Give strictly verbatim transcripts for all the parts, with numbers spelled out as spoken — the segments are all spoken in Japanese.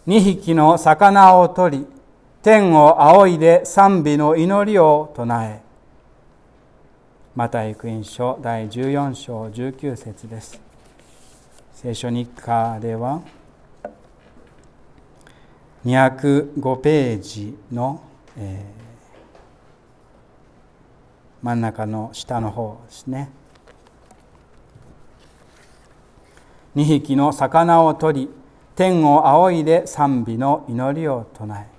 二匹の魚を取り、天を仰いで賛美の祈りを唱え。マタイ福音書だいじゅうよん章じゅうきゅう節です。聖書日課ではにひゃくごページの、えー、真ん中の下の方ですね。二匹の魚を取り、天を仰いで賛美の祈りを唱え。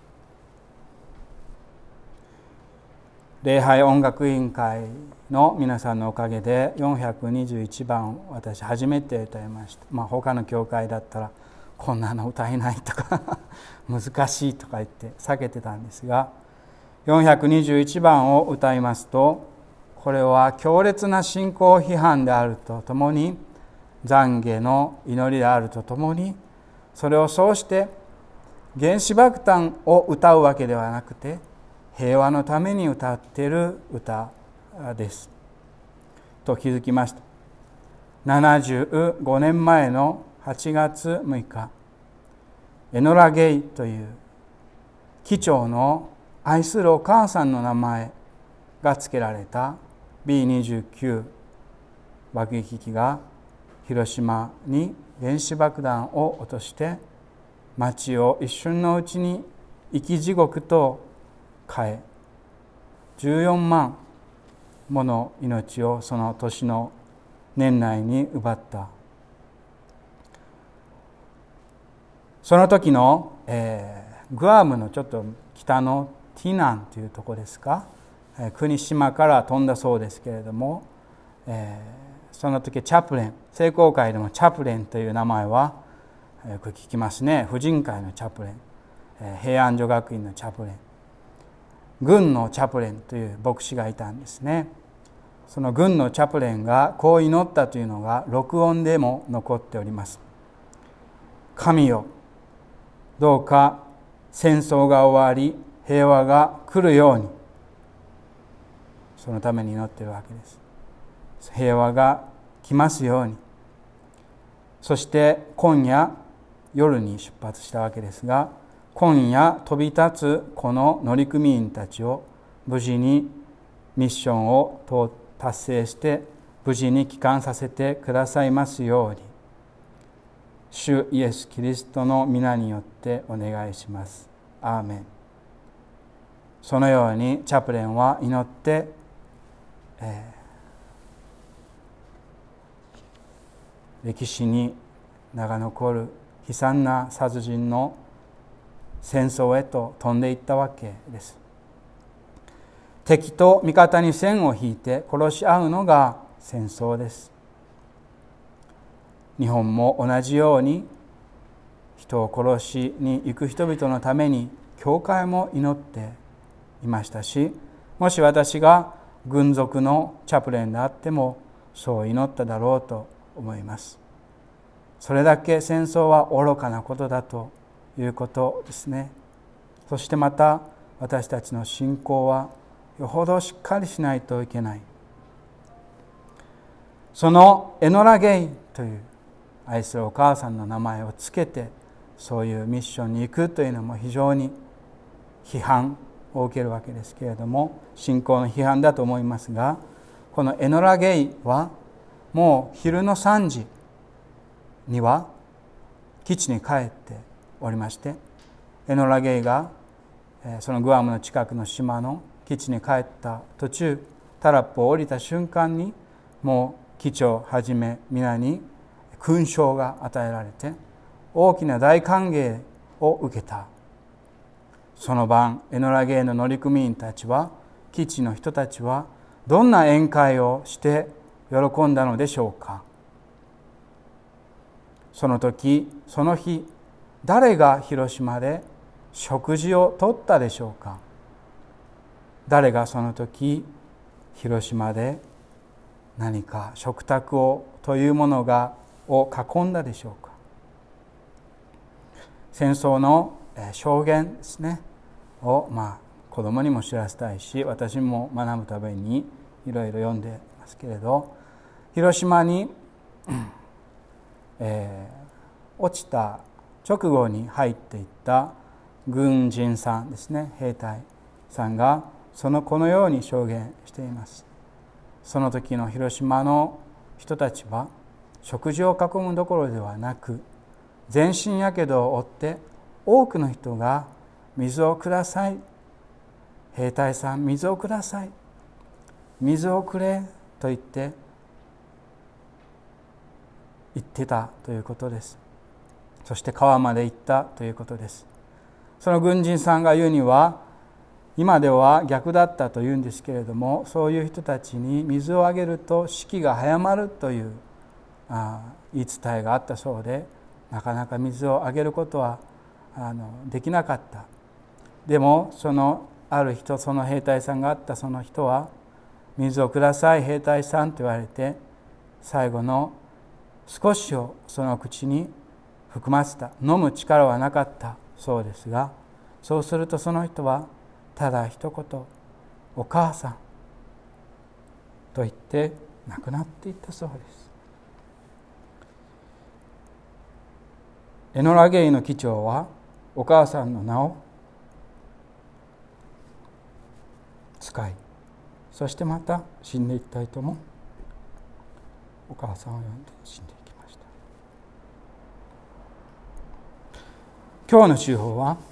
礼拝音楽委員会の皆さんのおかげでよんひゃくにじゅういちばん私初めて歌いました。まあ他の教会だったらこんなの歌えないとか難しいとか言って避けてたんですが、よんひゃくにじゅういちばんを歌いますと、これは強烈な信仰批判であるとともに、懺悔の祈りであるとともに、それをそうして原子爆弾を歌うわけではなくて、平和のために歌っている歌ですと気づきました。ななじゅうごねんまえのはちがつむいか、エノラ・ゲイという機長の愛するお母さんの名前が付けられた ビーにじゅうきゅう 爆撃機が広島に原子爆弾を落として町を一瞬のうちに生き地獄と変え、じゅうよんまんもの命をその年の年内に奪った。その時の、えー、グアムのちょっと北のティナンというところですか、えー、国島から飛んだそうですけれども、えー、その時チャプレン、聖公会でもチャプレンという名前はよく聞きますね。婦人会のチャプレン、えー、平安女学院のチャプレン、軍のチャプレンという牧師がいたんですね。その軍のチャプレンがこう祈ったというのが録音でも残っております。神よ、どうか戦争が終わり平和が来るように。そのために祈っているわけです。平和が来ますように。そして今夜夜に出発したわけですが、今夜飛び立つこの乗組員たちを無事にミッションを達成して無事に帰還させてくださいますように、主イエス・キリストの皆によってお願いします。アーメン。そのようにチャプレンは祈って、えー、歴史に名が残る悲惨な殺人の戦争へと飛んでいったわけです。敵と味方に線を引いて殺し合うのが戦争です。日本も同じように人を殺しに行く人々のために教会も祈っていましたし、もし私が軍属のチャプレンであってもそう祈っただろうと思います。それだけ戦争は愚かなことだということですね。そしてまた私たちの信仰はよほどしっかりしないといけない。そのエノラ・ゲイという愛するお母さんの名前をつけてそういうミッションに行くというのも非常に批判を受けるわけですけれども、信仰の批判だと思いますが、このエノラ・ゲイはもう昼のさんじには基地に帰っておりまして、エノラ・ゲイがそのグアムの近くの島の基地に帰った途中、タラップを降りた瞬間にもう機長はじめ皆に勲章が与えられて大きな大歓迎を受けた。その晩、エノラ・ゲイの乗組員たちは、基地の人たちはどんな宴会をして喜んだのでしょうか。その時、その日、誰が広島で食事をとったでしょうか。誰がその時広島で何か食卓をというものがを囲んだでしょうか。戦争の証言ですねを、まあ、子供にも知らせたいし、私も学ぶためにいろいろ読んでますけれど、広島に、えー、落ちた直後に入っていった軍人さんですね、兵隊さんがそのこのように証言しています。その時の広島の人たちは食事を囲むどころではなく、全身やけどを負って多くの人が水をください、兵隊さん水をください、水をくれと言って言ってたということです。そして川まで行ったということです。その軍人さんが言うには、今では逆だったというんですけれども、そういう人たちに水をあげると士気が早まるというあ言い伝えがあったそうで、なかなか水をあげることはあのできなかった。でもそのある人、その兵隊さんがあったその人は、水をください兵隊さんと言われて、最後の少しをその口に含ませた。飲む力はなかったそうですが、そうするとその人はただ一言、お母さんと言って亡くなっていったそうです。エノラゲイの機長はお母さんの名を使い、そしてまた死んでいった人もお母さんを呼んで死んでいきました。今日の手法は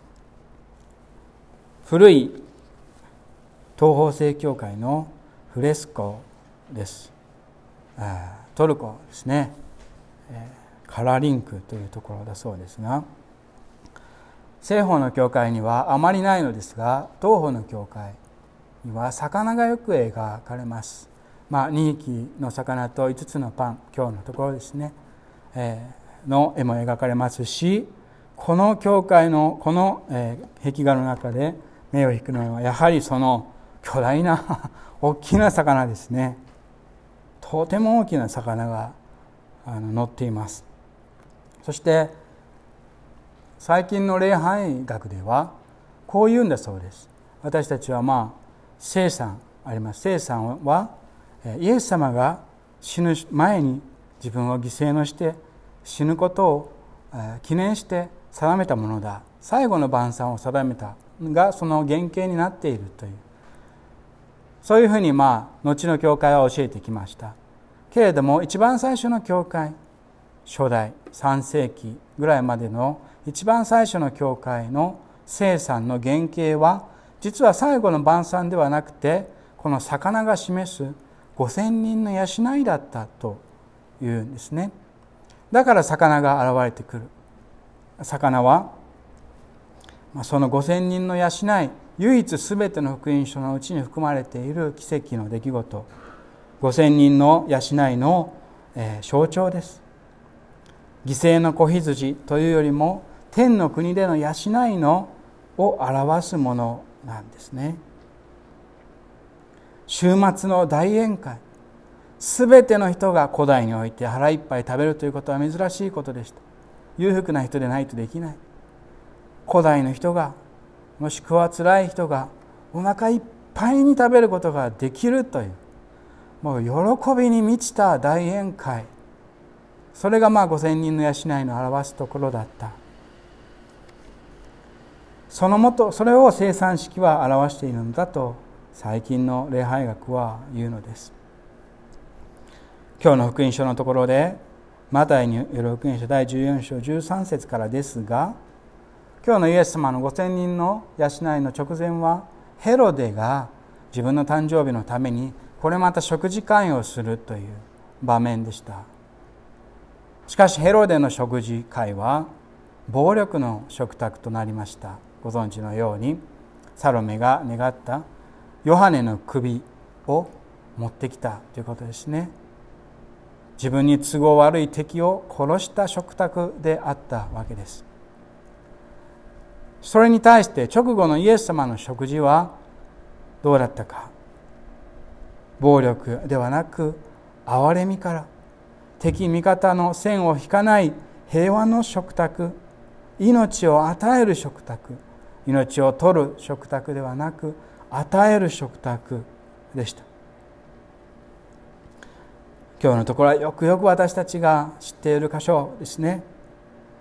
古い東方正教会のフレスコです。トルコですね、カラリンクというところだそうですが、西方の教会にはあまりないのですが、東方の教会には魚がよく描かれます。まあ、にひきの魚といつつのパン、今日のところですね、えー、の絵も描かれますし、この教会のこの、えー、壁画の中で目を引くのはやはりその巨大な大きな魚ですね。とても大きな魚があの乗っています。そして最近の礼拝学ではこう言うんだそうです。私たちはまあ聖餐あります。聖餐はイエス様が死ぬ前に自分を犠牲にして死ぬことを記念して定めたものだ。最後の晩餐を定めたがその原型になっているという、そういうふうにまあ後の教会は教えてきました。けれども一番最初の教会、初代さんせいきぐらいまでの一番最初の教会の聖餐の原型は、実は最後の晩餐ではなくて、この魚が示すごせんにんの養いだったというんですね。だから魚が現れてくる。魚はそのごせんにんの養い、唯一すべての福音書のうちに含まれている奇跡の出来事、ごせんにんの養いの象徴です。犠牲の子羊というよりも天の国での養いのを表すものなんですね。週末の大宴会、すべての人が古代において腹いっぱい食べるということは珍しいことでした。裕福な人でないとできない。古代の人が、もしくは辛い人がお腹いっぱいに食べることができるという、もう喜びに満ちた大宴会、それがまあごせんにんの養いの表すところだった。そのもと、それを聖餐式は表しているのだと最近の礼拝学は言うのです。今日の福音書のところで、マタイによる福音書だいじゅうよんしょうじゅうさんせつからですが、今日のイエス様のごせんにんの養いの直前は、ヘロデが自分の誕生日のためにこれまた食事会をするという場面でした。しかしヘロデの食事会は暴力の食卓となりました。ご存知のように、サロメが願ったヨハネの首を持ってきたということですね。自分に都合悪い敵を殺した食卓であったわけです。それに対して直後のイエス様の食事はどうだったか。暴力ではなく憐れみから、敵味方の線を引かない平和の食卓、命を与える食卓、命を取る食卓ではなく与える食卓でした。今日のところはよくよく私たちが知っている箇所ですね。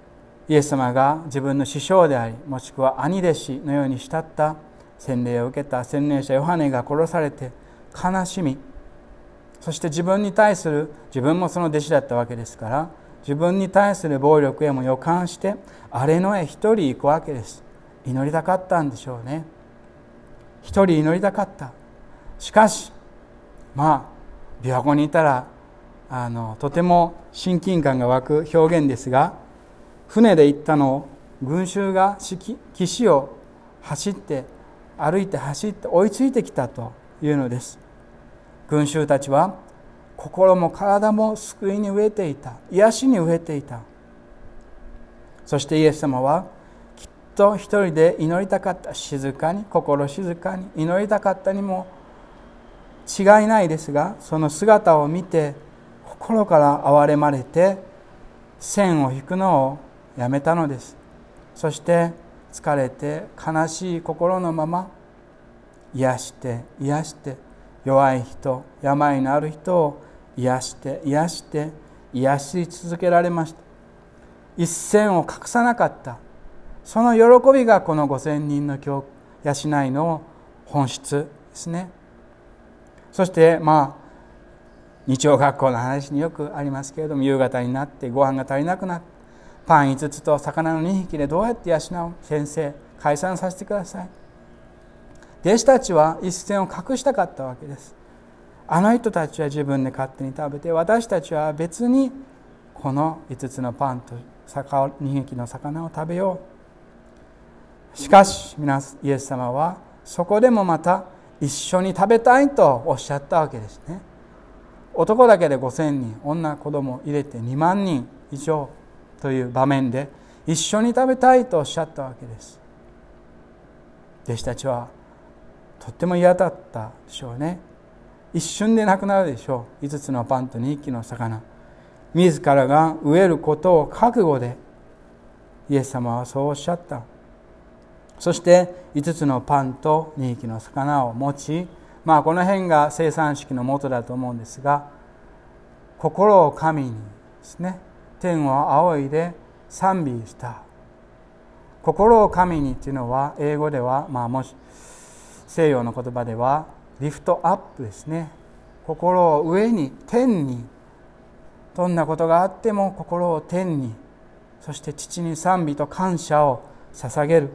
イエス様が自分の師匠であり、もしくは兄弟子のように慕った洗礼を受けた洗礼者ヨハネが殺されて悲しみ、そして自分に対する、自分もその弟子だったわけですから、自分に対する暴力へも予感して荒れ野へ一人行くわけです。祈りたかったんでしょうね。一人祈りたかった。しかしまあ琵琶湖にいたらあのとても親近感が湧く表現ですが、船で行ったのを群衆が岸を走って歩いて走って追いついてきたというのです。群衆たちは心も体も救いに飢えていた、癒しに飢えていた。そしてイエス様はきっと一人で祈りたかった、静かに、心静かに祈りたかったにも違いないですが、その姿を見て心から憐れまれて線を引くのをやめたのです。そして疲れて悲しい心のまま癒して癒して弱い人、病のある人を癒して癒して癒し続けられました。一線を隠さなかった、その喜びがこのごせんにんの養いの本質ですね。そしてまあ日曜学校の話によくありますけれども、夕方になってご飯が足りなくなって、パンいつつと魚のにひきでどうやって養う？先生、解散させてください。弟子たちは一線を隠したかったわけです。あの人たちは自分で勝手に食べて、私たちは別にこのいつつのパンとにひきの魚を食べよう。しかし皆イエス様はそこでもまた一緒に食べたいとおっしゃったわけですね。男だけでごせんにん、女子供入れてにまんにん以上という場面で一緒に食べたいとおっしゃったわけです。弟子たちはとっても嫌だったでしょうね。一瞬でなくなるでしょう。いつつのパンとにひきの魚、自らが飢えることを覚悟でイエス様はそうおっしゃった。そしていつつのパンとにひきの魚を持ち、まあこの辺が生産式の元だと思うんですが、心を神にですね、天を仰いで賛美した。心を神にというのは英語では、まあもし西洋の言葉ではリフトアップですね。心を上に、天に、どんなことがあっても心を天に、そして父に賛美と感謝を捧げる。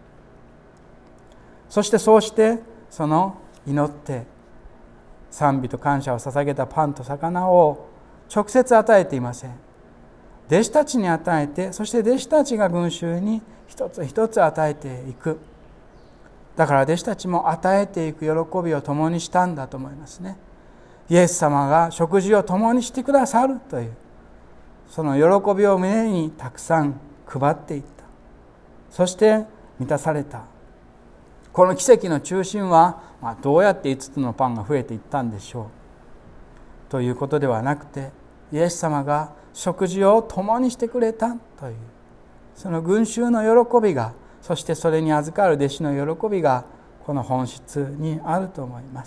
そしてそうしてその祈って賛美と感謝を捧げたパンと魚を直接与えていません。弟子たちに与えて、そして弟子たちが群衆に一つ一つ与えていく。だから弟子たちも与えていく喜びを共にしたんだと思いますね。イエス様が食事を共にしてくださるという、その喜びを胸にたくさん配っていった。そして満たされた。この奇跡の中心は、まあ、どうやっていつつのパンが増えていったんでしょうということではなくて、イエス様が食事を共にしてくれたという、その群衆の喜びが、そしてそれに預かる弟子の喜びがこの本質にあると思います。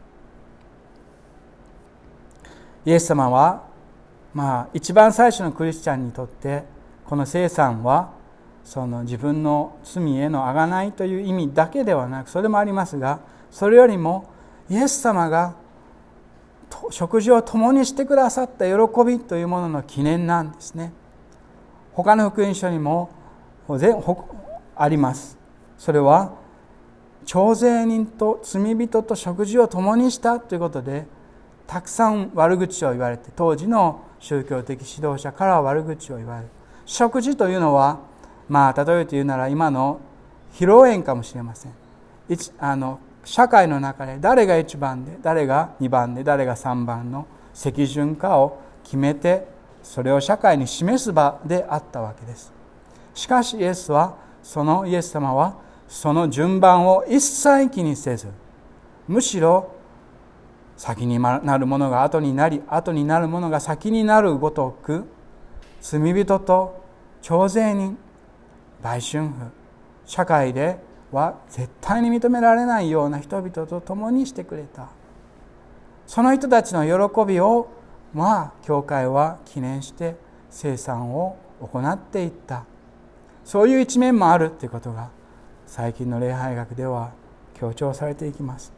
イエス様は、まあ、一番最初のクリスチャンにとってこの聖餐はその自分の罪への贖いという意味だけではなく、それもありますが、それよりもイエス様が食事を共にしてくださった喜びというものの記念なんですね。他の福音書にもあります。それは徴税人と罪人と食事を共にしたということで、たくさん悪口を言われて、当時の宗教的指導者から悪口を言われる。食事というのは、まあ例えて言うなら今の披露宴かもしれません。あの社会の中で誰がいちばんで、誰がにばんで、誰がさんばんの席順かを決めて、それを社会に示す場であったわけです。しかしイエスは、そのイエス様はその順番を一切気にせず、むしろ先になるものが後になり、後になるものが先になるごとく、罪人と徴税人、売春婦、社会では絶対に認められないような人々と共にしてくれた。その人たちの喜びを、まあ教会は記念して聖餐を行っていった、そういう一面もあるということが最近の礼拝学では強調されていきます。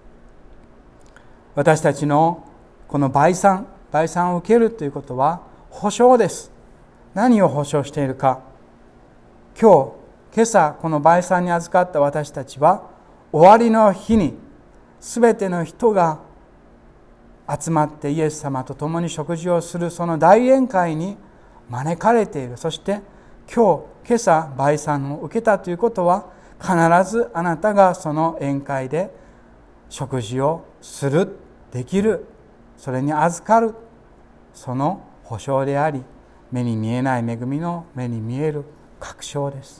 私たちのこの売産売産を受けるということは保証です。何を保証しているか。今日今朝この売産に預かった私たちは、終わりの日にすべての人が集まってイエス様と共に食事をするその大宴会に招かれている。そして今日今朝売産を受けたということは、必ずあなたがその宴会で食事をする、できる、それに預かる、その保証であり、目に見えない恵みの目に見える確証です。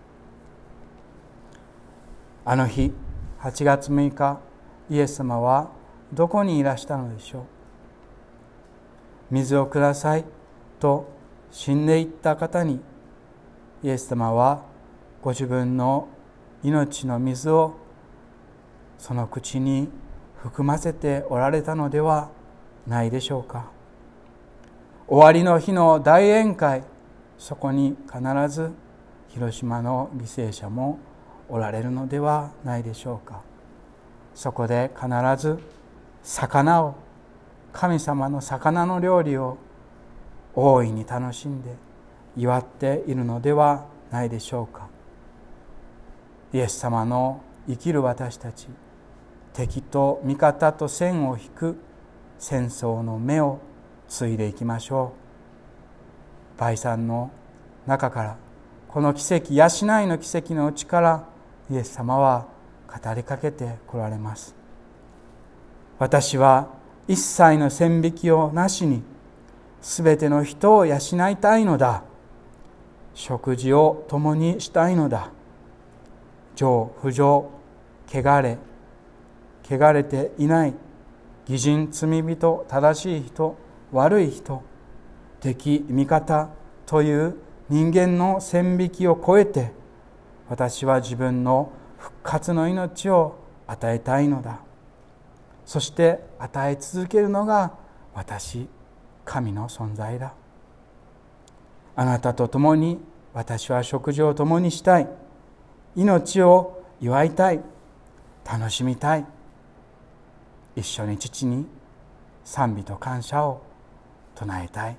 あの日はちがつむいか、イエス様はどこにいらしたのでしょう。水をくださいと死んでいった方に、イエス様はご自分の命の水をその口に含ませておられたのではないでしょうか。終わりの日の大宴会、そこに必ず広島の犠牲者もおられるのではないでしょうか。そこで必ず魚を、神様の魚の料理を大いに楽しんで祝っているのではないでしょうか。イエス様の生きる私たち、敵と味方と線を引く戦争の目を継いでいきましょう。売産の中から、この奇跡、養いの奇跡のうちからイエス様は語りかけてこられます。私は一切の線引きをなしにすべての人を養いたいのだ。食事を共にしたいのだ。情不情、汚れ汚れていない、義人、罪人、正しい人、悪い人、敵、味方という人間の線引きを超えて、私は自分の復活の命を与えたいのだ。そして与え続けるのが私、神の存在だ。あなたと共に私は食事を共にしたい。命を祝いたい。楽しみたい。一緒に父に賛美と感謝を唱えたい。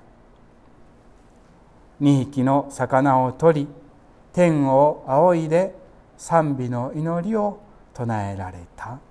二匹の魚を取り、天を仰いで賛美の祈りを唱えられた